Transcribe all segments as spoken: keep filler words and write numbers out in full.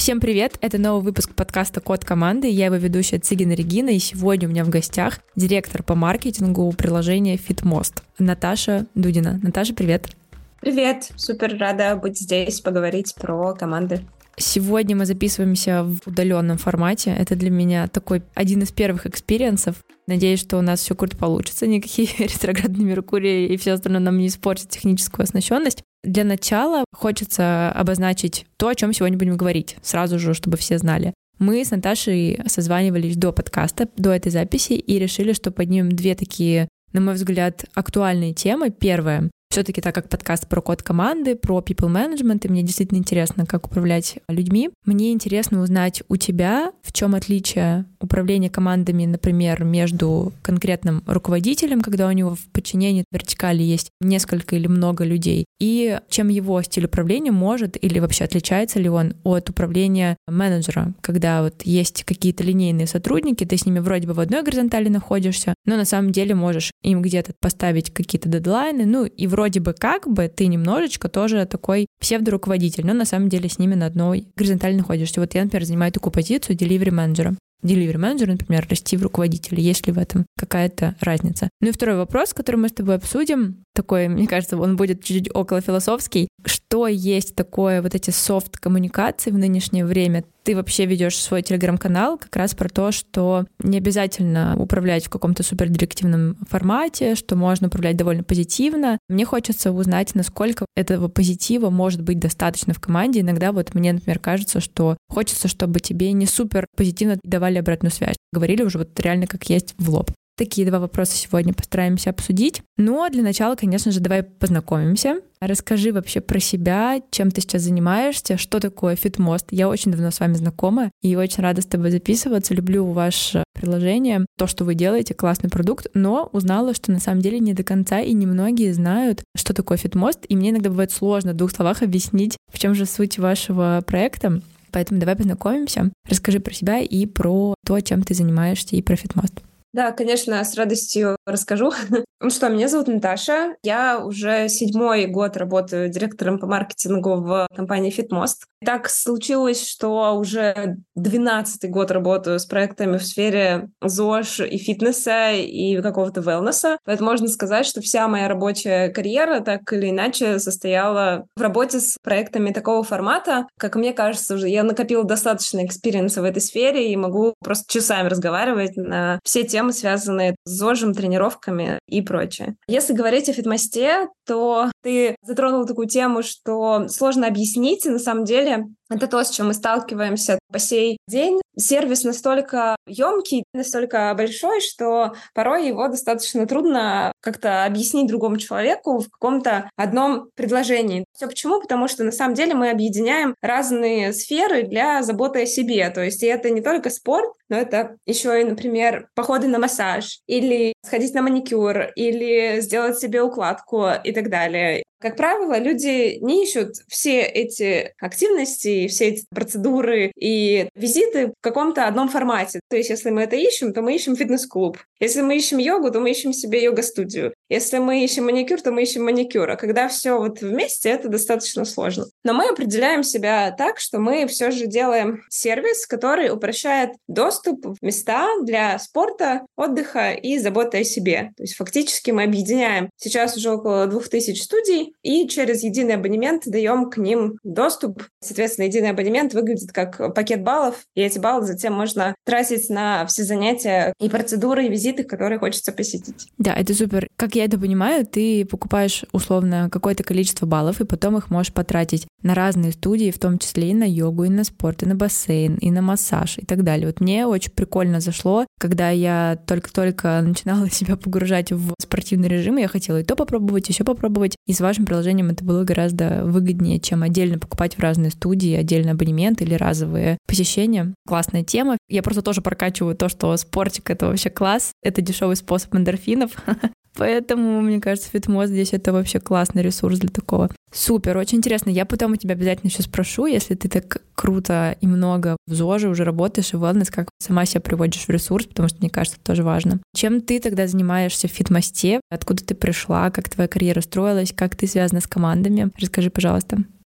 Всем привет! Это новый выпуск подкаста «Код команды». Я его ведущая Цыгина Регина, и сегодня у меня в гостях директор по маркетингу приложения FitMost Наташа Дудина. Наташа, привет! Привет! Супер рада быть здесь, поговорить про команды. Сегодня мы записываемся в удаленном формате. Это для меня такой один из первых экспириенсов. Надеюсь, что у нас все круто получится, никакие ретроградные Меркурии и все остальное нам не испортят техническую оснащенность. Для начала хочется обозначить то, о чем сегодня будем говорить, сразу же, чтобы все знали. Мы с Наташей созванивались до подкаста, до этой записи, и решили, что поднимем две такие, на мой взгляд, актуальные темы. Первая — все-таки, так как подкаст про код команды, про people management, и мне действительно интересно, как управлять людьми, мне интересно узнать у тебя, в чем отличие управления командами, например, между конкретным руководителем, когда у него в подчинении вертикали есть несколько или много людей, и чем его стиль управления может или вообще отличается ли он от управления менеджера, когда вот есть какие-то линейные сотрудники, ты с ними вроде бы в одной горизонтали находишься, но на самом деле можешь им где-то поставить какие-то дедлайны, ну и вроде Вроде бы как бы ты немножечко тоже такой псевдоруководитель, но на самом деле с ними на одной горизонтали находишься. Вот я, например, занимаю такую позицию delivery менеджера. Delivery менеджер, например, расти в руководителя. Есть ли в этом какая-то разница? Ну и второй вопрос, который мы с тобой обсудим, такой, мне кажется, он будет чуть-чуть околофилософский. Что есть такое вот эти софт-коммуникации в нынешнее время? Ты вообще ведешь свой телеграм-канал как раз про то, что не обязательно управлять в каком-то супердирективном формате, что можно управлять довольно позитивно. Мне хочется узнать, насколько этого позитива может быть достаточно в команде. Иногда вот мне, например, кажется, что хочется, чтобы тебе не супер позитивно давали обратную связь. Говорили уже вот реально как есть в лоб. Такие два вопроса сегодня постараемся обсудить. Но для начала, конечно же, давай познакомимся. Расскажи вообще про себя, чем ты сейчас занимаешься, что такое FitMost. Я очень давно с вами знакома и очень рада с тобой записываться. Люблю ваше приложение, то, что вы делаете, классный продукт, но узнала, что на самом деле не до конца и немногие знают, что такое FitMost, и мне иногда бывает сложно в двух словах объяснить, в чем же суть вашего проекта. Поэтому давай познакомимся. Расскажи про себя и про то, чем ты занимаешься, и про FitMost. Да, конечно, с радостью расскажу. Ну что, меня зовут Наташа. Я уже седьмой год работаю директором по маркетингу в компании FitMost. Так случилось, что уже двенадцатый год работаю с проектами в сфере ЗОЖ и фитнеса, и какого-то wellness. Поэтому можно сказать, что вся моя рабочая карьера так или иначе состояла в работе с проектами такого формата. Как мне кажется, уже я накопила достаточно экспириенса в этой сфере и могу просто часами разговаривать на все темы, связанные с ЗОЖем, тренировками и прочее. Если говорить о фитмосте, то ты затронул такую тему, что сложно объяснить, и на самом деле это то, с чем мы сталкиваемся по сей день. Сервис настолько емкий, настолько большой, что порой его достаточно трудно как-то объяснить другому человеку в каком-то одном предложении. Все почему? Потому что на самом деле мы объединяем разные сферы для заботы о себе. То есть и это не только спорт, но это еще и, например, походы на массаж, или сходить на маникюр, или сделать себе укладку и так далее. Как правило, люди не ищут все эти активности, все эти процедуры и визиты в каком-то одном формате. То есть, если мы это ищем, то мы ищем фитнес-клуб. Если мы ищем йогу, то мы ищем себе йога-студию. Если мы ищем маникюр, то мы ищем маникюр. А когда все вот вместе, это достаточно сложно. Но мы определяем себя так, что мы все же делаем сервис, который упрощает доступ в места для спорта, отдыха и заботы о себе. То есть, фактически мы объединяем сейчас уже около двух тысяч студий, и через единый абонемент даем к ним доступ. Соответственно, единый абонемент выглядит как пакет баллов, и эти баллы затем можно тратить на все занятия и процедуры, и визиты, которые хочется посетить. Да, это супер. Как я это понимаю, ты покупаешь условно какое-то количество баллов, и потом их можешь потратить на разные студии, в том числе и на йогу, и на спорт, и на бассейн, и на массаж, и так далее. Вот мне очень прикольно зашло, когда я только-только начинала себя погружать в спортивный режим, я хотела и то попробовать, еще попробовать, и с вашим приложением это было гораздо выгоднее, чем отдельно покупать в разные студии, отдельно абонемент или разовые посещения. Классная тема. Я просто тоже прокачиваю то, что спортик — это вообще класс, это дешевый способ эндорфинов. Поэтому, мне кажется, FitMost здесь это вообще классный ресурс для такого. Супер, очень интересно. Я потом у тебя обязательно еще спрошу, если ты так круто и много в ЗОЖе уже работаешь и в wellness, как сама себя приводишь в ресурс, потому что, мне кажется, это тоже важно. Чем ты тогда занимаешься в FitMost? Откуда ты пришла? Как твоя карьера строилась? Как ты связана с командами? Расскажи, пожалуйста.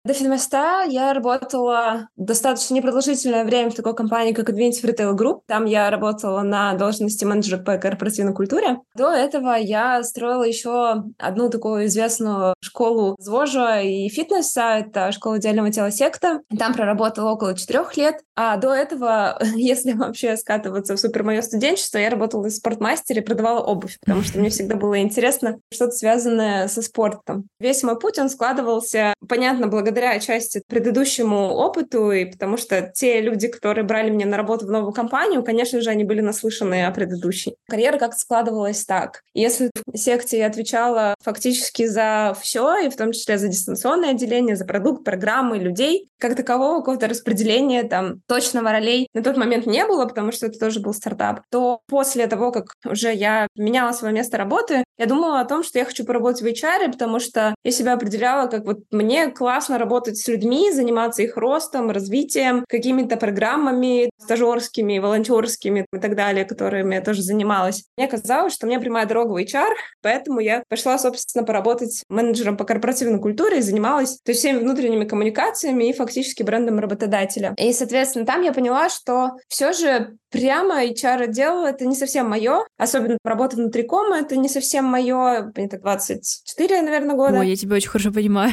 До Фитмоста я работала достаточно непродолжительное время в такой компании, как Adventive Retail Group. Там я работала на должности менеджера по корпоративной культуре. До этого я строила еще одну такую известную школу ЗОЖа и фитнеса. Это школа идеального тела «Секта». Там проработала около четырех лет. А до этого, если вообще скатываться в супер мое студенчество, я работала в спортмастере и продавала обувь, потому что мне всегда было интересно что-то связанное со спортом. Весь мой путь, он складывался, понятно, благодаря благодаря отчасти предыдущему опыту, и потому что те люди, которые брали меня на работу в новую компанию, конечно же, они были наслышаны о предыдущей. Карьера как-то складывалась так. Если в секте я отвечала фактически за все, и в том числе за дистанционное отделение, за продукт, программы, людей, как такового какого-то распределения там точного ролей на тот момент не было, потому что это тоже был стартап, то после того, как уже я меняла свое место работы, я думала о том, что я хочу поработать в эйч ар, потому что я себя определяла как вот мне классно работать с людьми, заниматься их ростом, развитием, какими-то программами стажерскими, волонтерскими и так далее, которыми я тоже занималась. Мне казалось, что мне прямая дорога в эйч ар, поэтому я пошла, собственно, поработать менеджером по корпоративной культуре и занималась то есть, всеми внутренними коммуникациями и фактически брендом работодателя. И, соответственно, там я поняла, что все же прямо эйч ар-отдел — это не совсем мое, особенно работа внутри кома — это не совсем мое. Мне так двадцать четыре, наверное, года. Ой, я тебя очень хорошо понимаю.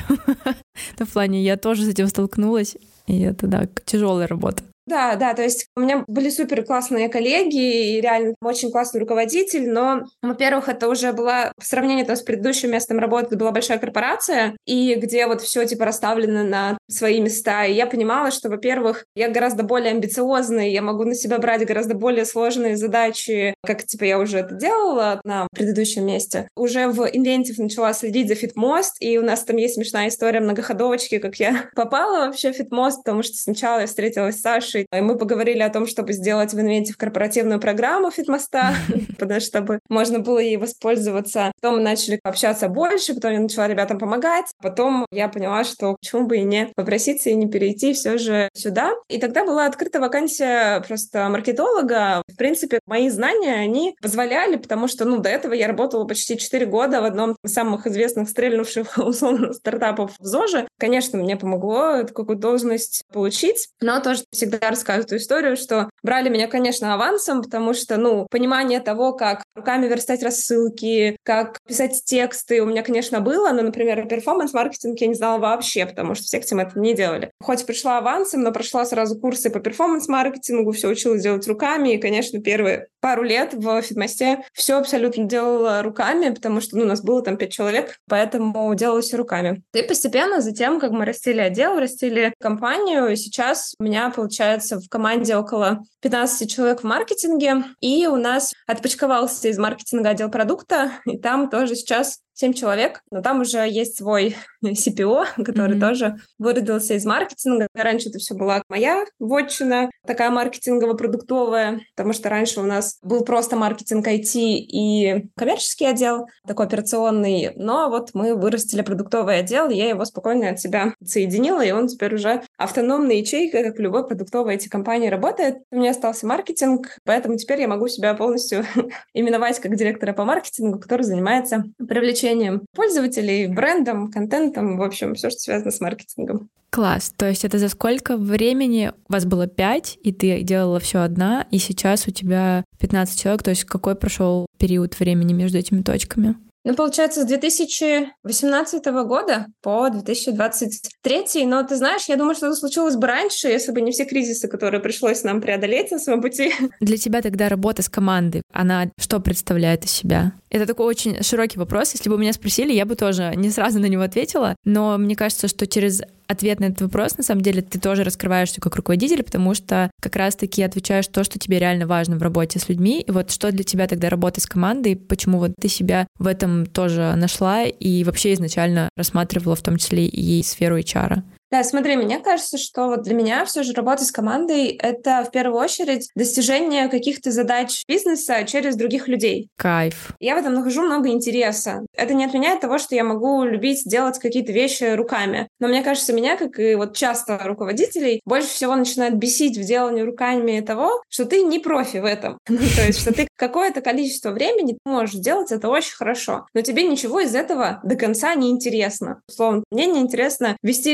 В плане, я тоже с этим столкнулась, и это, да, тяжелая работа. Да, да, то есть у меня были супер классные коллеги и реально очень классный руководитель, но, во-первых, это уже была, по сравнению там, с предыдущим местом работы, это была большая корпорация, и где вот все типа расставлено на свои места, и я понимала, что, во-первых, я гораздо более амбициозная, я могу на себя брать гораздо более сложные задачи, как типа я уже это делала на предыдущем месте. Уже в Inventive начала следить за Фитмост, и у нас там есть смешная история многоходовочки, как я попала вообще в Фитмост, потому что сначала я встретилась с Сашей, и мы поговорили о том, чтобы сделать в Inventive корпоративную программу Фитмоста, чтобы можно было ей воспользоваться. Потом мы начали общаться больше, потом я начала ребятам помогать. Потом я поняла, что почему бы и не попроситься и не перейти все же сюда. И тогда была открыта вакансия просто маркетолога. В принципе, мои знания, они позволяли, потому что, ну, до этого я работала почти четыре года в одном из самых известных стрельнувших, условно, стартапов в ЗОЖе. Конечно, мне помогло такую должность получить, но тоже всегда рассказываю эту историю, что брали меня, конечно, авансом, потому что, ну, понимание того, как руками верстать рассылки, как писать тексты у меня, конечно, было, но, например, перформанс-маркетинг я не знала вообще, потому что в секте мы это не делали. Хоть пришла авансом, но прошла сразу курсы по перформанс-маркетингу, все училась делать руками, и, конечно, первые пару лет в Фитмосте все абсолютно делала руками, потому что, ну, у нас было там пять человек, поэтому делала все руками. И постепенно затем, как мы растили отдел, растили компанию, и сейчас у меня, получается, в команде около пятнадцать человек в маркетинге, и у нас отпочковался из маркетинга отдел продукта, и там тоже сейчас семь человек, но там уже есть свой си пи о, который mm-hmm. тоже выродился из маркетинга. Раньше это все была моя вотчина, такая маркетингово-продуктовая, потому что раньше у нас был просто маркетинг ай ти и коммерческий отдел, такой операционный, но вот мы вырастили продуктовый отдел, я его спокойно от себя соединила, и он теперь уже автономная ячейка, как в любой продуктовой ай ти-компании работает. У меня остался маркетинг, поэтому теперь я могу себя полностью именовать как директора по маркетингу, который занимается привлечением пользователей, брендом, контентом, в общем, все, что связано с маркетингом. Класс. То есть это за сколько времени? У вас было пять, и ты делала все одна, и сейчас у тебя пятнадцать человек. То есть какой прошел период времени между этими точками? Ну, получается, с две тысячи восемнадцатого года по две тысячи двадцать третий. Но ты знаешь, я думаю, что это случилось бы раньше, если бы не все кризисы, которые пришлось нам преодолеть на своем пути. Для тебя тогда работа с командой, она что представляет из себя? Это такой очень широкий вопрос. Если бы меня спросили, я бы тоже не сразу на него ответила. Но мне кажется, что через ответ на этот вопрос, на самом деле, ты тоже раскрываешься как руководитель, потому что как раз-таки отвечаешь то, что тебе реально важно в работе с людьми. И вот что для тебя тогда работа с командой, почему вот ты себя в этом тоже нашла и вообще изначально рассматривала в том числе и сферу эйч ар? Да, смотри, мне кажется, что вот для меня все же работа с командой — это в первую очередь достижение каких-то задач бизнеса через других людей. Кайф. Я в этом нахожу много интереса. Это не отменяет того, что я могу любить делать какие-то вещи руками. Но мне кажется, меня, как и вот часто руководителей, больше всего начинает бесить в делании руками того, что ты не профи в этом. То есть, что ты какое-то количество времени можешь делать это очень хорошо, но тебе ничего из этого до конца не интересно. Условно, мне не интересно вести рекламу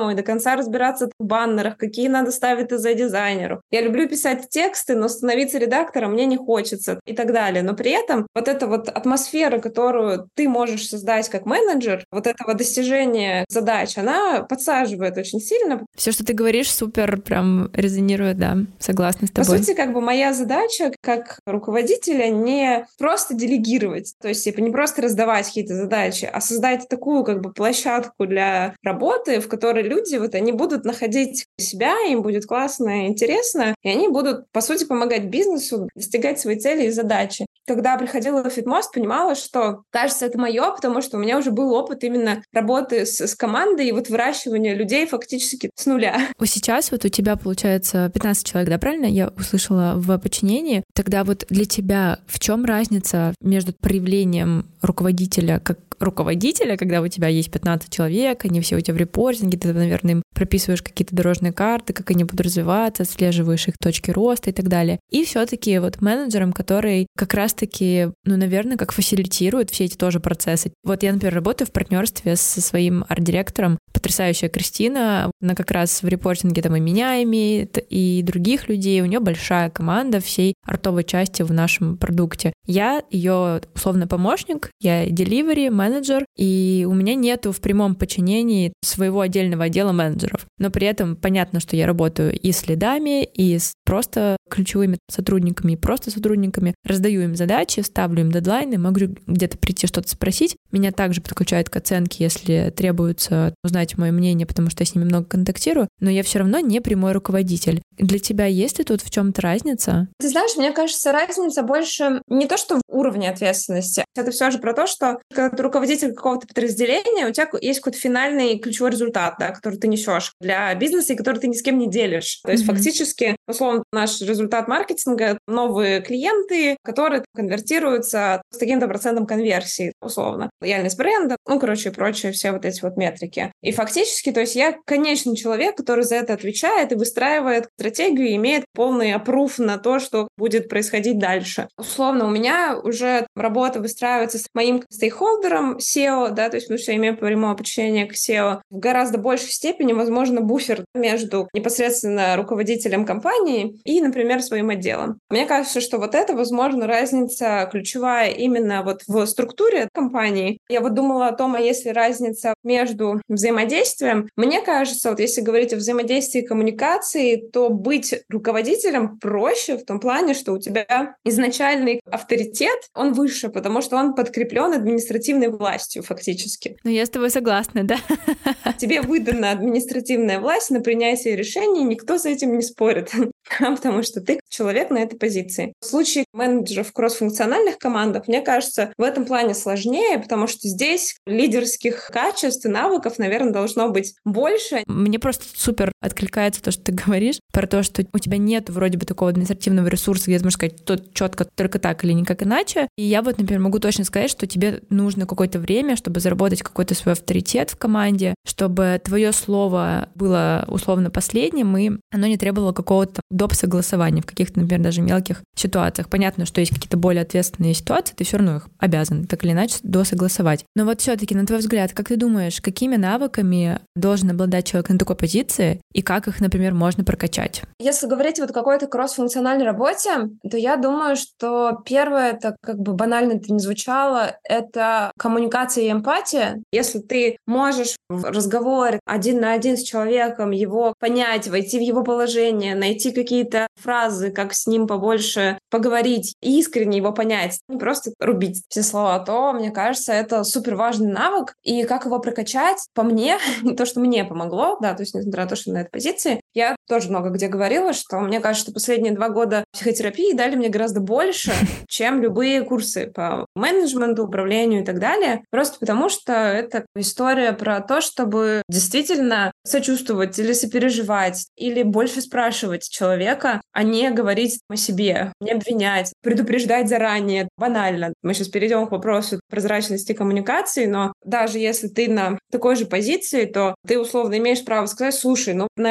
самой, до конца разбираться в баннерах, какие надо ставить за дизайнеру. Я люблю писать тексты, но становиться редактором мне не хочется и так далее. Но при этом вот эта вот атмосфера, которую ты можешь создать как менеджер, вот этого достижения задач, она подсаживает очень сильно. Все, что ты говоришь, супер прям резонирует, да, согласна с тобой. По сути, как бы моя задача как руководителя не просто делегировать, то есть типа не просто раздавать какие-то задачи, а создать такую как бы площадку для работы, в которой люди вот они будут находить себя, им будет классно и интересно, и они будут, по сути, помогать бизнесу достигать свои цели и задачи. Когда приходила в Фитмост, понимала, что, кажется, это мое, потому что у меня уже был опыт именно работы с, с командой и вот выращивания людей фактически с нуля. Сейчас вот у тебя, получается, пятнадцать человек, да, правильно? Я услышала в подчинении. Тогда вот для тебя в чем разница между проявлением руководителя как руководителя, когда у тебя есть пятнадцать человек, они все у тебя в репортинге, ты, наверное, им прописываешь какие-то дорожные карты, как они будут развиваться, отслеживаешь их точки роста и так далее. И все-таки вот менеджером, который как раз-таки, ну, наверное, как фасилитирует все эти тоже процессы. Вот я, например, работаю в партнерстве со своим арт-директором, потрясающая Кристина, она как раз в репортинге там и меня имеет, и других людей, у нее большая команда всей артовой части в нашем продукте. Я ее условно помощник, я delivery, менеджер, и у меня нету в прямом подчинении своего отдельного отдела менеджеров. Но при этом понятно, что я работаю и с лидами, и с просто ключевыми сотрудниками, и просто сотрудниками, раздаю им задачи, ставлю им дедлайны, могу где-то прийти что-то спросить. Меня также подключают к оценке, если требуется узнать мое мнение, потому что я с ними много контактирую, но я все равно не прямой руководитель. Для тебя есть ли тут в чем-то разница? Ты знаешь, мне кажется, разница больше не то, что в уровне ответственности. Это все же про то, что когда ты руководитель какого-то подразделения, у тебя есть какой-то финальный ключевой результат, да, который ты несешь для бизнеса и который ты ни с кем не делишь. То есть mm-hmm. фактически, условно, наш результат маркетинга — новые клиенты, которые конвертируются с таким-то процентом конверсии, условно. Лояльность бренда, ну, короче, и прочие все вот эти вот метрики. И фактически, то есть я конечный человек, который за это отвечает и выстраивает стратегию, и имеет полный аппрув на то, что будет происходить дальше. Условно, у меня уже работа выстраивается с моим стейкхолдером сео, да, то есть потому что я имею прямое подчинение к сео, в гораздо большей степени, возможно, буфер между непосредственно руководителем компании и, например, своим отделом. Мне кажется, что вот это, возможно, разница ключевая именно вот в структуре компании. Я вот думала о том, а если разница между взаимодействием, мне кажется, вот если говорить о взаимодействии и коммуникации, то быть руководителем проще в том плане, что у тебя изначальный авторитет, он выше, потому что он подкреплен административной властью фактически. Ну, я с тобой согласна, да. Тебе выдана административная власть на принятие решений, никто с этим не спорит, потому что ты человек на этой позиции. В случае менеджеров в кроссфункциональных командах, мне кажется, в этом плане сложнее, потому что здесь лидерских качеств и навыков, наверное, должно быть больше. Мне просто супер откликается то, что ты говоришь, про то, что у тебя нет вроде бы такого административного ресурса, где ты можешь сказать, тут четко только так или никак иначе. И я вот, например, могу точно сказать, что тебе нужно какое-то время, чтобы заработать какой-то свой авторитет в команде, чтобы твое слово было условно последним, и оно не требовало какого-то доп. Согласования в каких-то, например, даже мелких ситуациях. Понятно, что есть какие-то более ответственные ситуации, ты все равно их обязан так или иначе досогласовать. Но вот все-таки, на твой взгляд, как ты думаешь, какими навыками должен обладать человек на такой позиции и как их, например, можно прокачать? Если говорить вот о какой-то кросс-функциональной работе, то я думаю, что первое, это как бы банально это не звучало, это коммуникация и эмпатия. Если ты можешь в разговоре один на один с человеком его понять, войти в его положение, найти какие-то фразы, как с ним побольше поговорить и искренне его понять, не просто рубить все слова, то, мне кажется, это супер важный навык. И как его прокачать, по мне, то, что мне помогло, да, то есть несмотря на то, что на этой позиции, я тоже много где говорила, что мне кажется, что последние два года психотерапии дали мне гораздо больше, чем любые курсы по менеджменту, управлению и так далее. Просто потому, что это история про то, чтобы действительно сочувствовать или сопереживать, или больше спрашивать человека, а не говорить о себе, не обвинять, предупреждать заранее. Банально. Мы сейчас перейдем к вопросу прозрачности коммуникации, но даже если ты на такой же позиции, то ты условно имеешь право сказать, слушай, ну на эту ситуацию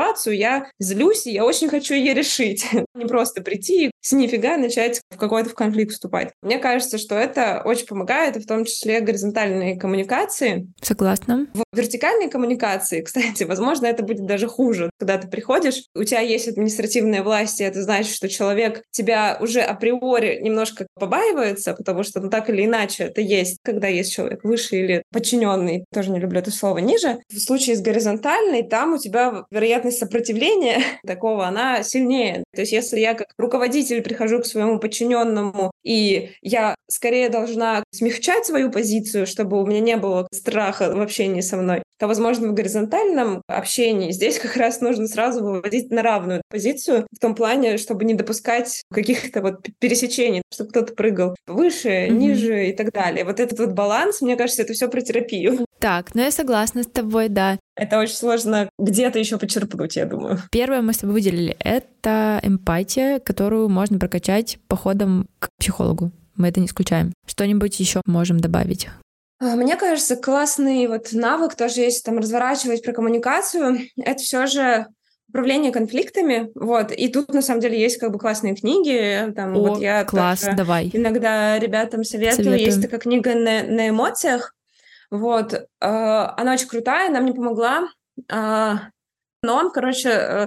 ситуацию, я злюсь, и я очень хочу ее решить. Не просто прийти и с нифига начать в какой-то в конфликт вступать. Мне кажется, что это очень помогает, и в том числе горизонтальные коммуникации. Согласна. В вертикальной коммуникации, кстати, возможно, это будет даже хуже. Когда ты приходишь, у тебя есть административная власть, и это значит, что человек тебя уже априори немножко побаивается, потому что, ну, так или иначе это есть, когда есть человек выше или подчиненный, тоже не люблю это слово, ниже. В случае с горизонтальной, там у тебя вероятность сопротивления такого, она сильнее. То есть если я как руководитель прихожу к своему подчиненному, и я скорее должна смягчать свою позицию, чтобы у меня не было страха в общении со мной, то, возможно, в горизонтальном общении здесь как раз нужно сразу выводить на равную позицию в том плане, чтобы не допускать каких-то вот пересечений, чтобы кто-то прыгал выше, mm-hmm. ниже и так далее. Вот этот вот баланс, мне кажется, это все про терапию. Так, ну я согласна с тобой, да. Это очень сложно где-то еще почерпнуть, я думаю. Первое мы с тобой выделили — это эмпатия, которую можно прокачать походом к психологу. Мы это не исключаем. Что-нибудь еще можем добавить? Мне кажется, классный вот навык тоже, если там разворачивать про коммуникацию, это все же управление конфликтами, вот, и тут на самом деле есть как бы классные книги, там, О, вот я класс, тоже давай. иногда ребятам советую, Советуем. Есть такая книга на, на эмоциях, вот, э, она очень крутая, она мне помогла, э, но он, короче, э,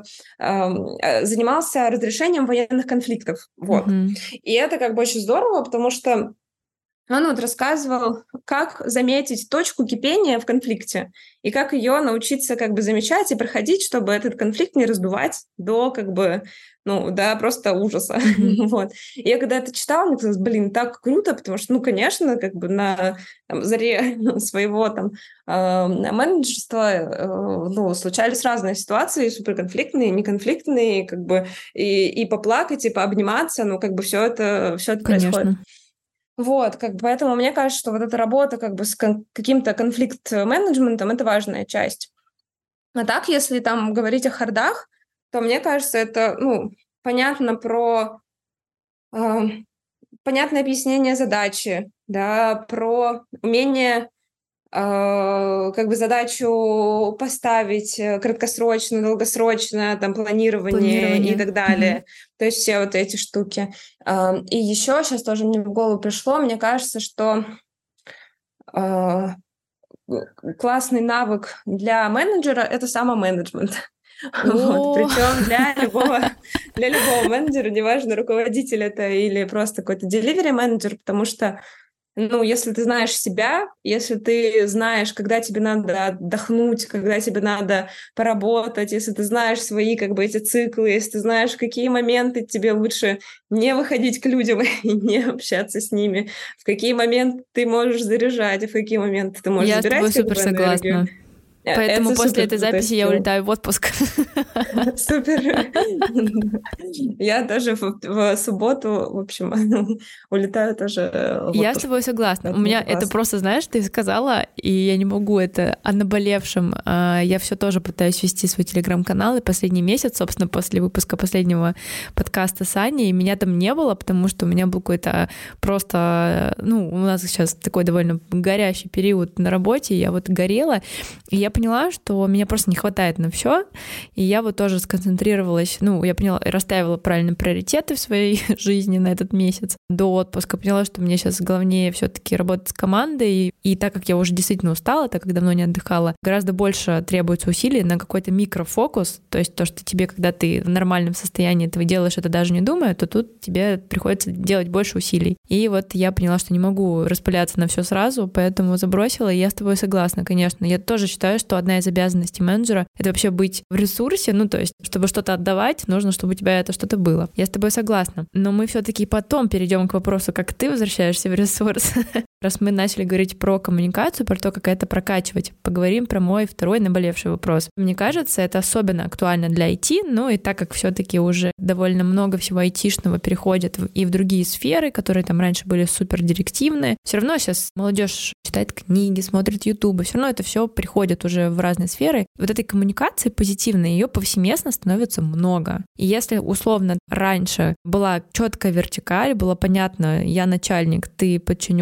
э, занимался разрешением военных конфликтов, вот, mm-hmm. и это как бы очень здорово, потому что он вот рассказывал, как заметить точку кипения в конфликте и как ее научиться как бы замечать и проходить, чтобы этот конфликт не раздувать до как бы, ну, до просто ужаса. Mm-hmm. Вот. И я когда это читала, мне казалось, блин, так круто, потому что, ну, конечно, как бы на там, заре своего там э, менеджерства э, ну, случались разные ситуации, суперконфликтные, неконфликтные, как бы и, и поплакать, и пообниматься, ну, как бы все это, все это происходит. Вот, как бы, поэтому мне кажется, что вот эта работа как бы с кон- каким-то конфликт-менеджментом — это важная часть. А так, если там говорить о хардах, то мне кажется, это, ну, понятно про... Э, понятное объяснение задачи, да, про умение э, как бы задачу поставить краткосрочно, долгосрочно, там, планирование, планирование. И так далее. Mm-hmm. То есть все вот эти штуки. Э, и еще сейчас тоже мне в голову пришло, мне кажется, что э, классный навык для менеджера — это самоменеджмент. Вот. Причем для любого, для любого менеджера, неважно, руководитель это или просто какой-то delivery менеджер, потому что ну, если ты знаешь себя, если ты знаешь, когда тебе надо отдохнуть, когда тебе надо поработать, если ты знаешь свои, как бы, эти циклы, если ты знаешь, в какие моменты тебе лучше не выходить к людям и не общаться с ними, в какие моменты ты можешь заряжать, и в какие моменты ты можешь Я забирать с тобой супер согласна. Энергию. Поэтому это после этой записи я улетаю в отпуск. Супер. Я тоже в, в субботу, в общем, улетаю тоже в отпуск. Я с тобой согласна. Это У меня классно. Это просто, знаешь, ты сказала, и я не могу это о наболевшем. Я все тоже пытаюсь вести свой телеграм-канал, и последний месяц, собственно, после выпуска последнего подкаста с Аней, меня там не было, потому что у меня был какой-то просто... Ну, у нас сейчас такой довольно горящий период на работе, я вот горела, и я поняла, что меня просто не хватает на все, и я вот тоже сконцентрировалась, ну, я поняла, расставила правильно приоритеты в своей жизни на этот месяц до отпуска, поняла, что мне сейчас главнее все-таки работать с командой, и, и так как я уже действительно устала, так как давно не отдыхала, гораздо больше требуется усилий на какой-то микрофокус, то есть то, что тебе, когда ты в нормальном состоянии этого делаешь, это даже не думая, то тут тебе приходится делать больше усилий. И вот я поняла, что не могу распыляться на все сразу, поэтому забросила, и я с тобой согласна, конечно. Я тоже считаю, что одна из обязанностей менеджера — это вообще быть в ресурсе, ну, то есть, чтобы что-то отдавать, нужно, чтобы у тебя это что-то было. Я с тобой согласна. Но мы все-таки потом перейдем к вопросу, как ты возвращаешься в ресурс. Раз мы начали говорить про коммуникацию, про то, как это прокачивать, поговорим про мой второй наболевший вопрос. Мне кажется, это особенно актуально для ай ти, ну и так как все-таки уже довольно много всего айтишного переходит и в другие сферы, которые там раньше были супер директивные, все равно сейчас молодежь читает книги, смотрит ютубы, все равно это все приходит уже в разные сферы. Вот этой коммуникации позитивной, ее повсеместно становится много. И если условно раньше была четкая вертикаль, было понятно, я начальник, ты подчиненный, сейчас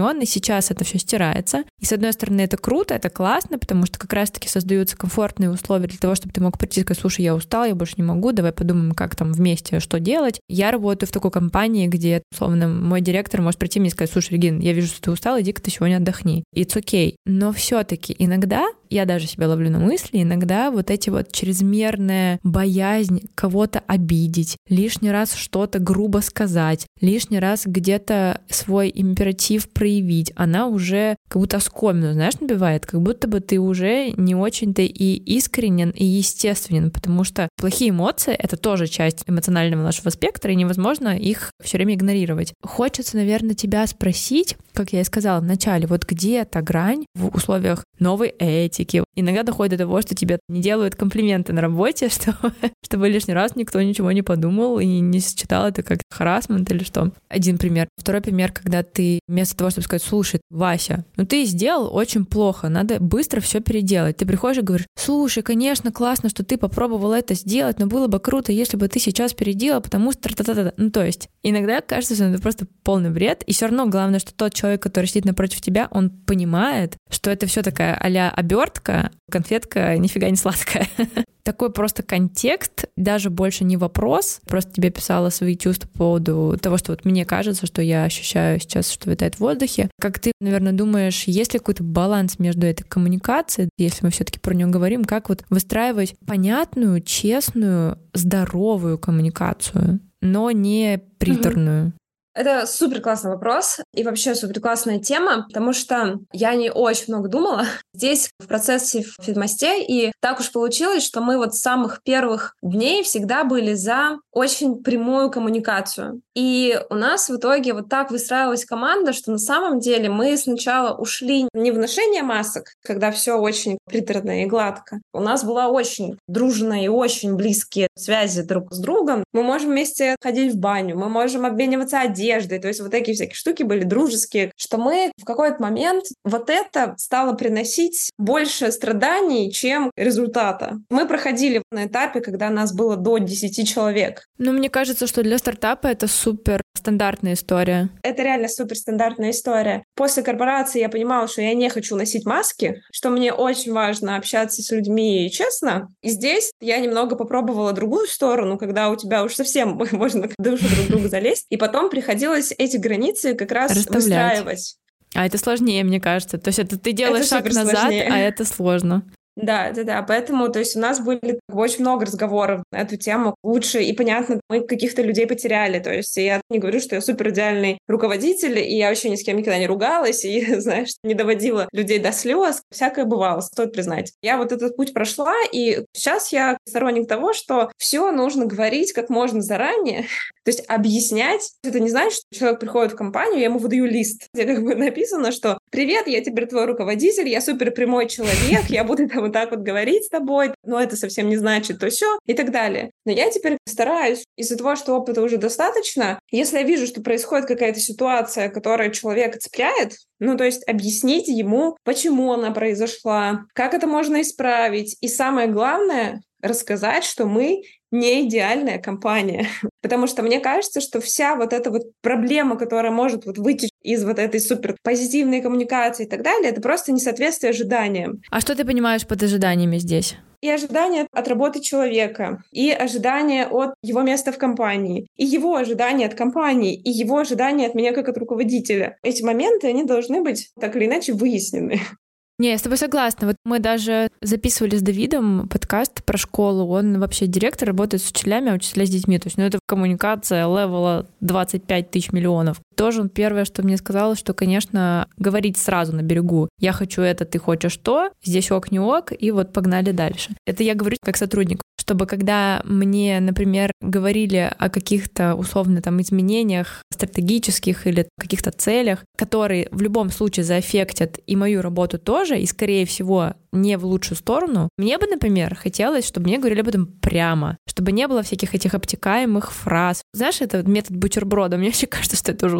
сейчас это все стирается. И, с одной стороны, это круто, это классно, потому что как раз-таки создаются комфортные условия для того, чтобы ты мог прийти и сказать: слушай, я устал, я больше не могу, давай подумаем, как там вместе, что делать. Я работаю в такой компании, где, условно, мой директор может прийти мне и сказать: слушай, Регин, я вижу, что ты устал, иди-ка ты сегодня отдохни. It's okay. Но все-таки иногда, я даже себя ловлю на мысли, иногда вот эти вот чрезмерная боязнь кого-то обидеть, лишний раз что-то грубо сказать, лишний раз где-то свой императив проявить, она уже как будто оскомину, знаешь, набивает, как будто бы ты уже не очень-то и искренен, и естественен, потому что плохие эмоции — это тоже часть эмоционального нашего спектра, и невозможно их все время игнорировать. Хочется, наверное, тебя спросить, как я и сказала в начале, вот где эта грань в условиях новой этики? Иногда доходит до того, что тебе не делают комплименты на работе, чтобы, чтобы лишний раз никто ничего не подумал и не считал это как харассмент или что. Один пример. Второй пример, когда ты вместо того, чтобы сказать: слушай, Вася, ну ты сделал очень плохо, надо быстро все переделать. Ты приходишь и говоришь: слушай, конечно, классно, что ты попробовал это сделать, но было бы круто, если бы ты сейчас переделал, потому что... Та-та-та-та. Ну то есть иногда кажется, что это просто полный бред, и все равно главное, что тот человек, который сидит напротив тебя, он понимает, что это все такая а-ля обертка, конфетка нифига не сладкая. Такой просто контекст, даже больше не вопрос, просто тебе писала свои чувства по поводу того, что вот мне кажется, что я ощущаю сейчас, что витает в воздухе. Как ты, наверное, думаешь, есть ли какой-то баланс между этой коммуникацией, если мы все-таки про нее говорим, как вот выстраивать понятную, честную, здоровую коммуникацию, но не приторную? Это супер классный вопрос и вообще супер классная тема, потому что я о ней очень много думала здесь в процессе в Фитмосте, и так уж получилось, что мы вот с самых первых дней всегда были за очень прямую коммуникацию. И у нас в итоге вот так выстраивалась команда, что на самом деле мы сначала ушли не в ношение масок, когда все очень приторно и гладко. У нас была очень дружная и очень близкие связи друг с другом. Мы можем вместе ходить в баню, мы можем обмениваться одеждой, одеждой, то есть вот такие всякие штуки были дружеские, что мы в какой-то момент вот это стало приносить больше страданий, чем результата. Мы проходили на этапе, когда нас было до десяти человек. Ну, мне кажется, что для стартапа это супер стандартная история. Это реально суперстандартная история. После корпорации я понимала, что я не хочу носить маски, что мне очень важно общаться с людьми честно. И здесь я немного попробовала другую сторону, когда у тебя уж совсем можно в душу друг друга залезть, и потом приходилось эти границы как раз выстраивать. А это сложнее, мне кажется. То есть это ты делаешь шаг назад, сложнее. А это сложно. Да, да, да. Поэтому, то есть у нас были очень много разговоров на эту тему. Лучше и понятно, мы каких-то людей потеряли. То есть я не говорю, что я супер идеальный руководитель, и я вообще ни с кем никогда не ругалась, и, знаешь, не доводила людей до слез. Всякое бывало, стоит признать. Я вот этот путь прошла, и сейчас я сторонник того, что все нужно говорить как можно заранее, то есть объяснять. Это не значит, что человек приходит в компанию, я ему выдаю лист, где как бы написано, что «Привет, я теперь твой руководитель, я супер прямой человек, я буду там вот так вот говорить с тобой, но это совсем не значит то все и так далее». Но я теперь стараюсь, из-за того, что опыта уже достаточно, если я вижу, что происходит какая-то ситуация, которая человека цепляет, ну, то есть объяснить ему, почему она произошла, как это можно исправить. И самое главное — рассказать, что мы не идеальная компания. Потому что мне кажется, что вся вот эта вот проблема, которая может вот выйти из вот этой супер позитивной коммуникации и так далее, это просто несоответствие ожиданиям. А что ты понимаешь под ожиданиями здесь? И ожидания от работы человека, и ожидания от его места в компании, и его ожидания от компании, и его ожидания от меня как от руководителя. Эти моменты, они должны быть так или иначе выяснены. Не, я с тобой согласна. Вот мы даже записывали с Давидом подкаст про школу. Он вообще директор, работает с учителями, а учителя с детьми. То есть, ну, это коммуникация левела двадцать пять тысяч миллионов. Тоже он первое, что мне сказал, что, конечно, говорить сразу на берегу. Я хочу это, ты хочешь то, здесь ок, не ок, и вот погнали дальше. Это я говорю как сотрудник. Чтобы когда мне, например, говорили о каких-то условно там изменениях стратегических или каких-то целях, которые в любом случае заэффектят и мою работу тоже, и, скорее всего, не в лучшую сторону, мне бы, например, хотелось, чтобы мне говорили об этом прямо, чтобы не было всяких этих обтекаемых фраз. Знаешь, это метод бутерброда. Мне вообще кажется, что это уже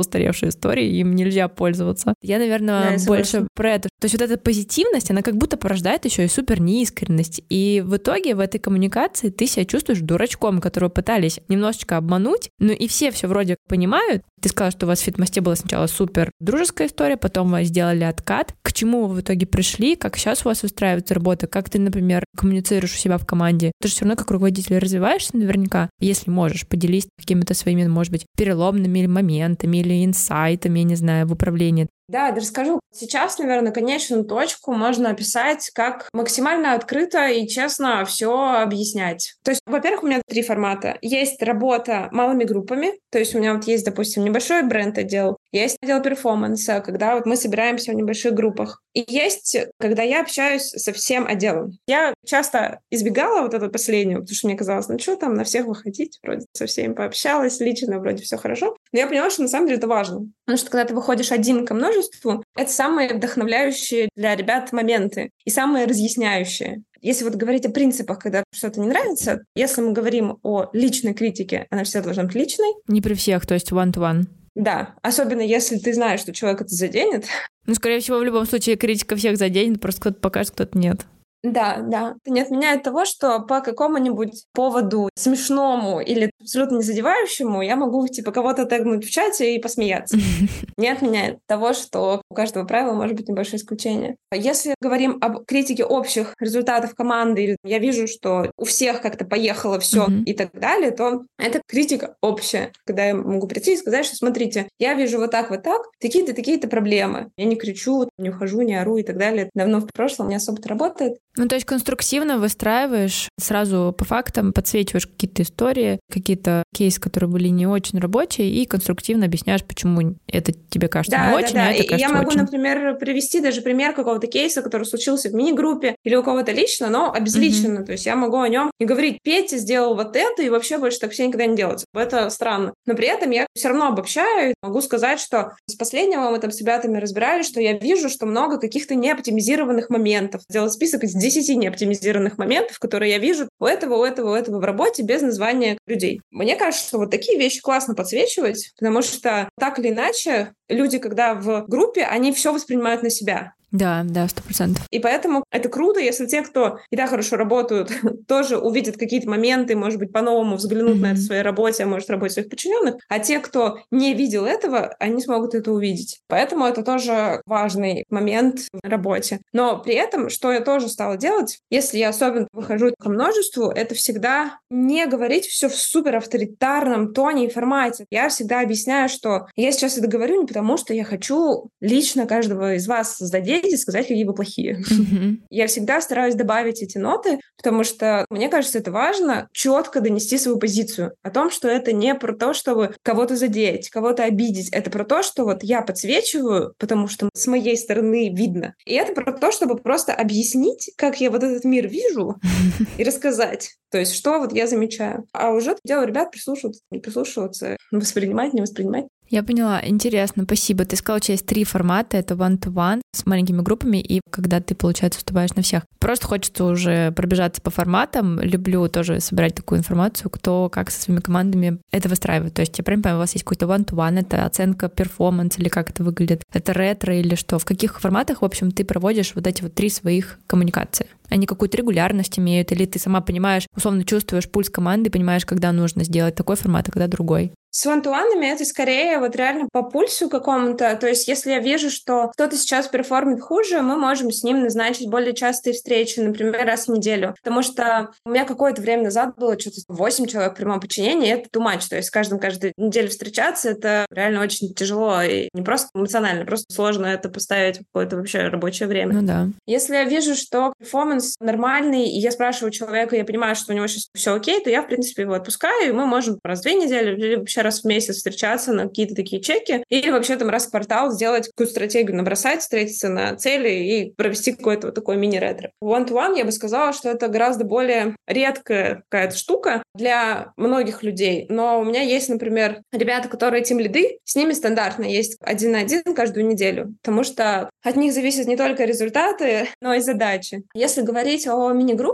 устаревшие истории, им нельзя пользоваться. Я, наверное, да, больше про это. То есть вот эта позитивность, она как будто порождает еще и супер неискренность. И в итоге в этой коммуникации ты себя чувствуешь дурачком, которого пытались немножечко обмануть, ну и все все вроде понимают. Ты сказала, что у вас в Фитмосте была сначала супер дружеская история, потом вы сделали откат. К чему вы в итоге пришли? Как сейчас у вас устраивается работа? Как ты, например, коммуницируешь у себя в команде? Ты же все равно как руководитель развиваешься наверняка. Если можешь, поделись какими-то своими, может быть, переломными моментами или инсайтами, я не знаю, в управлении. Да, да, расскажу. Сейчас, наверное, конечную точку можно описать как максимально открыто и честно все объяснять. То есть, во-первых, у меня три формата. Есть работа малыми группами, то есть у меня вот есть, допустим, небольшой бренд-отдел, есть отдел перформанса, когда вот мы собираемся в небольших группах. И есть, когда я общаюсь со всем отделом. Я часто избегала вот этого последнего, потому что мне казалось, ну что там, на всех выходить, вроде со всеми пообщалась, лично вроде все хорошо. Но я поняла, что на самом деле это важно. Потому что когда ты выходишь один ко множеству, это самые вдохновляющие для ребят моменты и самые разъясняющие. Если вот говорить о принципах, когда что-то не нравится, если мы говорим о личной критике, она всегда должна быть личной. Не при всех, то есть one-to-one. Да, особенно если ты знаешь, что человек это заденет. Ну, скорее всего, в любом случае критика всех заденет, просто кто-то покажет, кто-то нет. Да, да. Это не отменяет того, что по какому-нибудь поводу смешному или абсолютно не задевающему я могу типа кого-то тегнуть в чате и посмеяться. Не отменяет того, что у каждого правила может быть небольшое исключение. Если говорим об критике общих результатов команды, или я вижу, что у всех как-то поехало все Mm-hmm. и так далее, то это критика общая. Когда я могу прийти и сказать, что смотрите, я вижу вот так, вот так, такие-то, такие-то проблемы. Я не кричу, не ухожу, не ору и так далее. Давно в прошлом не особо-то работает. Ну, то есть конструктивно выстраиваешь, сразу по фактам подсвечиваешь какие-то истории, какие-то кейсы, которые были не очень рабочие, и конструктивно объясняешь, почему это тебе кажется да, не да, очень, да. а это И кажется я могу, очень. например, привести даже пример какого-то кейса, который случился в мини-группе или у кого-то лично, но обезличенно. Mm-hmm. То есть я могу о нем не говорить, Петя сделал вот это, и вообще больше так все никогда не делать. Это странно. Но при этом я все равно обобщаю, могу сказать, что с последнего мы там с ребятами разбирались, что я вижу, что много каких-то неоптимизированных моментов. Сделать список из десяти неоптимизированных моментов, которые я вижу у этого, у этого, у этого в работе без названия людей. Мне кажется, что вот такие вещи классно подсвечивать, потому что так или иначе люди, когда в группе, они все воспринимают на себя. Да, да, сто процентов. И поэтому это круто, если те, кто и так хорошо работают, тоже увидят какие-то моменты, может быть, по-новому взглянут mm-hmm. на это в своей работе, а может, в работе своих подчиненных. А те, кто не видел этого, они смогут это увидеть. Поэтому это тоже важный момент в работе. Но при этом, что я тоже стала делать, если я особенно выхожу ко множеству, это всегда не говорить все в супер авторитарном тоне и формате. Я всегда объясняю, что я сейчас это говорю не потому, что я хочу лично каждого из вас задеть и сказать, какие вы плохие. Mm-hmm. Я всегда стараюсь добавить эти ноты, потому что, мне кажется, это важно четко донести свою позицию о том, что это не про то, чтобы кого-то задеть, кого-то обидеть. Это про то, что вот я подсвечиваю, потому что с моей стороны видно. И это про то, чтобы просто объяснить, как я вот этот мир вижу, и рассказать. То есть, что вот я замечаю. А уже дело ребят прислушиваться, не прислушиваться, воспринимать, не воспринимать. Я поняла. Интересно, спасибо. Ты сказала, что есть три формата. Это one-to-one с маленькими группами и когда ты, получается, выступаешь на всех. Просто хочется уже пробежаться по форматам. Люблю тоже собирать такую информацию, кто как со своими командами это выстраивает. То есть я прям понимаю, у вас есть какой-то one-to-one, это оценка перформанс или как это выглядит. Это ретро или что? В каких форматах, в общем, ты проводишь вот эти вот три своих коммуникации? Они какую-то регулярность имеют? Или ты сама понимаешь, условно чувствуешь пульс команды, понимаешь, когда нужно сделать такой формат, а когда другой? С one-to-one это скорее вот реально по пульсу какому-то. То есть если я вижу, что кто-то сейчас перформит хуже, мы можем с ним назначить более частые встречи, например, раз в неделю. Потому что у меня какое-то время назад было что-то восемь человек в прямом подчинении, и это too much. То есть с каждым каждую неделю встречаться, это реально очень тяжело. И не просто эмоционально, просто сложно это поставить в какое-то вообще рабочее время. Ну да. Если я вижу, что перформанс нормальный, и я спрашиваю человека, я понимаю, что у него сейчас все окей, то я, в принципе, его отпускаю, и мы можем раз в две недели или вообще раз в месяц встречаться на какие-то такие чеки, или вообще там раз в квартал сделать какую-то стратегию, набросать, встретиться на цели и провести какой-то вот такой мини-ретро. One-to-one я бы сказала, что это гораздо более редкая какая-то штука для многих людей. Но у меня есть, например, ребята, которые тимлиды, с ними стандартно есть один на один каждую неделю, потому что от них зависят не только результаты, но и задачи. Если говорить о мини-группах,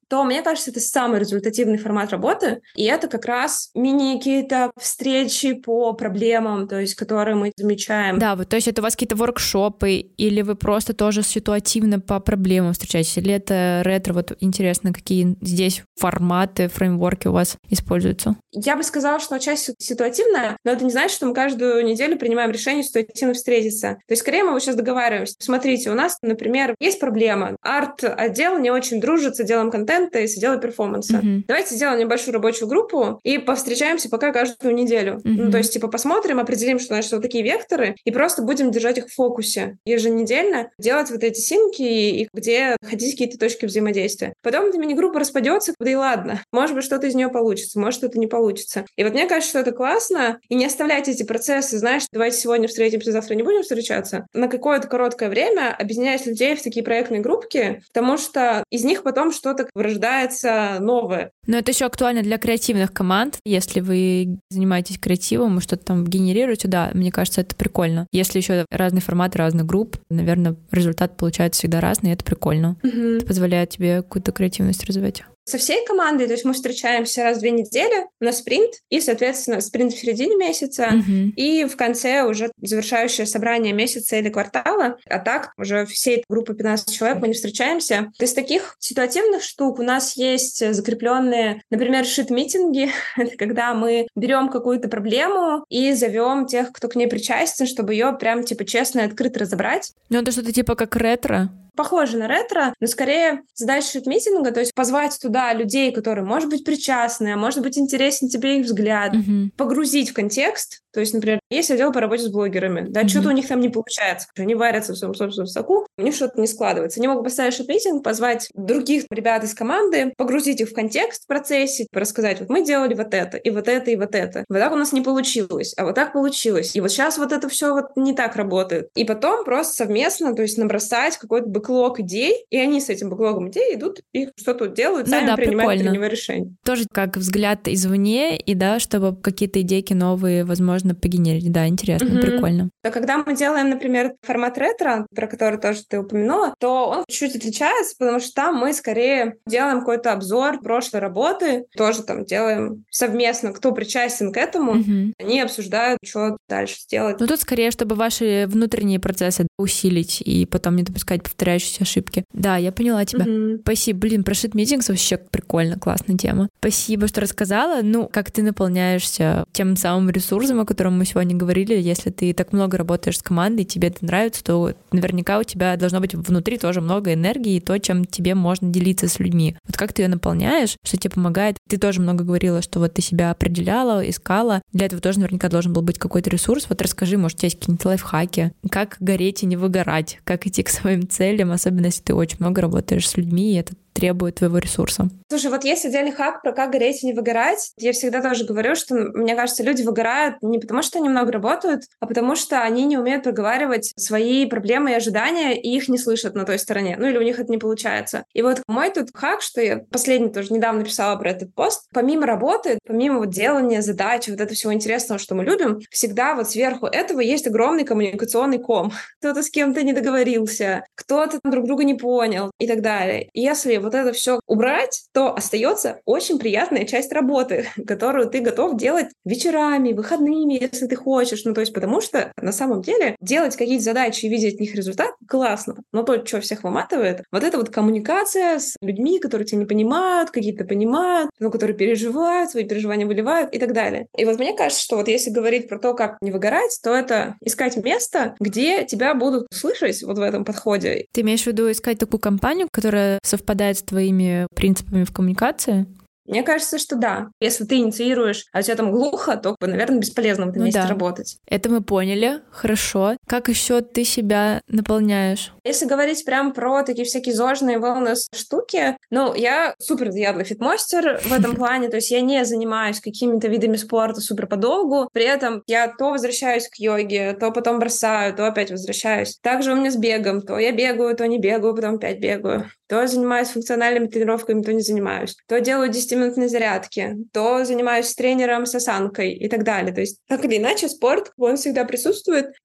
то, мне кажется, это самый результативный формат работы, и это как раз мини какие-то встречи по проблемам, то есть, которые мы замечаем. Да, вот, то есть это у вас какие-то воркшопы, или вы просто тоже ситуативно по проблемам встречаетесь, или это ретро? Вот интересно, какие здесь форматы, фреймворки у вас используются? Я бы сказала, что часть ситуативная, но это не значит, что мы каждую неделю принимаем решение ситуативно встретиться. То есть, скорее, мы вот сейчас договариваемся. Смотрите, у нас, например, есть проблема. Арт-отдел не очень дружит с отделом контента и с отделом перформанса. Mm-hmm. Давайте сделаем небольшую рабочую группу и повстречаемся пока каждую неделю. Mm-hmm. Ну, то есть, типа, посмотрим, определим, что значит вот такие векторы, и просто будем держать их в фокусе. Еженедельно делать вот эти синки, и где находить какие-то точки взаимодействия. Потом эта мини-группа распадется, да и ладно. Может быть, что-то из нее получится, может, что-то не получится. И вот мне кажется, что это классно, и не оставлять эти процессы, знаешь, давайте сегодня встретимся, завтра не будем встречаться, на какое-то короткое время объединять людей в такие проектные группки, потому что из них потом что-то вырождается новое. Но это еще актуально для креативных команд. Если вы занимаетесь креативом и что-то там генерируете, да, мне кажется, это прикольно. Если еще разные форматы разных групп, наверное, результат получается всегда разный, и это прикольно. Mm-hmm. Это позволяет тебе какую-то креативность развивать. Со всей командой, то есть мы встречаемся раз в две недели на спринт, и, соответственно, спринт в середине месяца, mm-hmm. и в конце уже завершающее собрание месяца или квартала. А так уже всей этой группы пятнадцать человек мы не встречаемся. Из таких ситуативных штук у нас есть закрепленные, например, шит-митинги. Это когда мы берем какую-то проблему и зовем тех, кто к ней причастен, чтобы ее прям типа честно и открыто разобрать. Ну, это что-то типа как ретро? Похоже на ретро, но скорее задача шит-митинга, то есть позвать туда людей, которые, может быть, причастны, а может быть, интересен тебе их взгляд, mm-hmm. погрузить в контекст. То есть, например, есть отдел по работе с блогерами, да, mm-hmm. что-то у них там не получается, они варятся в своем собственном соку, у них что-то не складывается. Они могут поставить шит-митинг, позвать других ребят из команды, погрузить их в контекст в процессе, рассказать, вот мы делали вот это, и вот это, и вот это. Вот так у нас не получилось, а вот так получилось. И вот сейчас вот это все вот не так работает. И потом просто совместно, то есть набросать какой-то бэклог идей, и они с этим бэклогом идей идут и что-то делают, сами ну, да, принимают для него решение. Тоже как взгляд извне, и да, чтобы какие-то идейки новые, возможно, погенерить. Да, интересно, mm-hmm. прикольно. А когда мы делаем, например, формат ретро, про который тоже ты упомянула, то он чуть отличается, потому что там мы скорее делаем какой-то обзор прошлой работы, тоже там делаем совместно, кто причастен к этому, mm-hmm. они обсуждают, что дальше сделать. Ну тут скорее, чтобы ваши внутренние процессы усилить и потом не допускать повторяющиеся ошибки. Да, я поняла тебя. Mm-hmm. Спасибо. Блин, про шит-митинг вообще прикольно, классная тема. Спасибо, что рассказала. Ну, как ты наполняешься тем самым ресурсом, о котором мы сегодня говорили. Если ты так много работаешь с командой, тебе это нравится, то наверняка у тебя должно быть внутри тоже много энергии и то, чем тебе можно делиться с людьми. Вот как ты ее наполняешь, что тебе помогает. Ты тоже много говорила, что вот ты себя определяла, искала. Для этого тоже наверняка должен был быть какой-то ресурс. Вот расскажи, может, у тебя есть какие-нибудь лайфхаки, как гореть и не выгорать, как идти к своим целям, особенно если ты очень много работаешь с людьми, и это требует твоего ресурса. Слушай, вот есть отдельный хак про как гореть и не выгорать. Я всегда тоже говорю, что, мне кажется, люди выгорают не потому, что они много работают, а потому что они не умеют проговаривать свои проблемы и ожидания, и их не слышат на той стороне. Ну или у них это не получается. И вот мой тут хак, что я последний тоже недавно писала про этот пост, помимо работы, помимо вот делания задач, вот этого всего интересного, что мы любим, всегда вот сверху этого есть огромный коммуникационный ком. Кто-то с кем-то не договорился, кто-то друг друга не понял и так далее. И если вот это все убрать, то остается очень приятная часть работы, которую ты готов делать вечерами, выходными, если ты хочешь. Ну, то есть потому что на самом деле делать какие-то задачи и видеть от них результат классно. Но то, что всех выматывает, вот эта вот коммуникация с людьми, которые тебя не понимают, какие-то понимают, но которые переживают, свои переживания выливают и так далее. И вот мне кажется, что вот если говорить про то, как не выгорать, то это искать место, где тебя будут слышать вот в этом подходе. Ты имеешь в виду искать такую компанию, которая совпадает с твоими принципами в коммуникации? Мне кажется, что да. Если ты инициируешь, а у тебя там глухо, то, наверное, бесполезно в этом ну месте да. работать. Это мы поняли. Хорошо. Как еще ты себя наполняешь? Если говорить прям про такие всякие зожные wellness штуки, ну, я супер заядлый фитмастер в этом плане, то есть я не занимаюсь какими-то видами спорта супер подолгу, при этом я то возвращаюсь к йоге, то потом бросаю, то опять возвращаюсь. Также у меня с бегом, то я бегаю, то не бегаю, потом опять бегаю. То занимаюсь функциональными тренировками, то не занимаюсь. То делаю десятиминутные зарядки, то занимаюсь с тренером, с осанкой и так далее. То есть, так или иначе, спорт, он всегда присутствует и является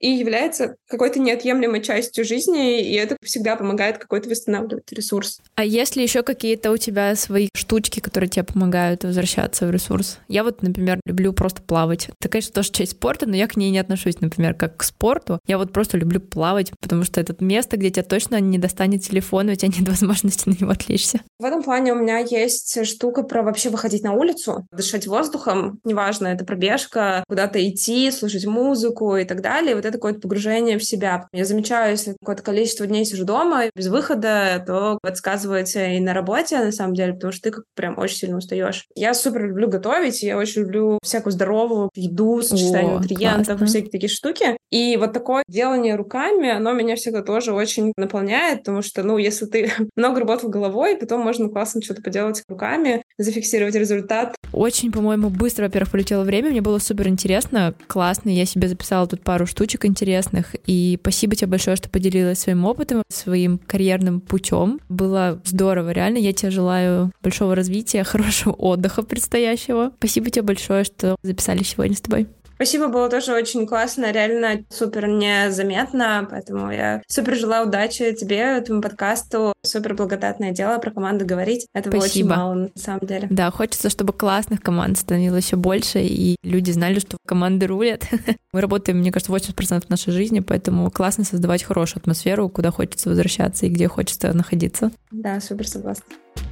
является какой-то неотъемлемой частью жизни, и это всегда помогает какой-то восстанавливать ресурс. А есть ли еще какие-то у тебя свои штучки, которые тебе помогают возвращаться в ресурс? Я вот, например, люблю просто плавать. Это, конечно, тоже часть спорта, но я к ней не отношусь, например, как к спорту. Я вот просто люблю плавать, потому что это место, где тебя точно не достанет телефон, у тебя нет возможности на него отвлечься. В этом плане у меня есть штука про вообще выходить на улицу, дышать воздухом, неважно, это пробежка, куда-то идти, слушать музыку и так далее. Вот это какое-то погружение в себя. Я замечаю, если какое-то количество дней сижу дома без выхода, то это сказывается и на работе, на самом деле, потому что ты как прям очень сильно устаешь. Я супер люблю готовить, я очень люблю всякую здоровую еду, сочетание О, нутриентов, классно. всякие такие штуки. И вот такое делание руками, оно меня всегда тоже очень наполняет, потому что, ну, если ты много работал головой, потом можно классно что-то поделать руками, зафиксировать результат. Очень, по-моему, быстро, во-первых, полетело время, мне было супер интересно, классно, я себе записала тут пару штучек интересных, и спасибо тебе большое, что поделилась своим опытом, своим карьерным путем. Было здорово, реально, я тебе желаю большого развития, хорошего отдыха предстоящего. Спасибо тебе большое, что записали сегодня с тобой. Спасибо, было тоже очень классно, реально супер незаметно, поэтому я супер желаю удачи тебе, этому подкасту. Супер благодатное дело про команду говорить. Этого Спасибо. очень мало, на самом деле. Да, хочется, чтобы классных команд становилось еще больше, и люди знали, что команды рулят. Мы работаем, мне кажется, восемьдесят процентов нашей жизни, поэтому классно создавать хорошую атмосферу, куда хочется возвращаться и где хочется находиться. Да, супер согласна.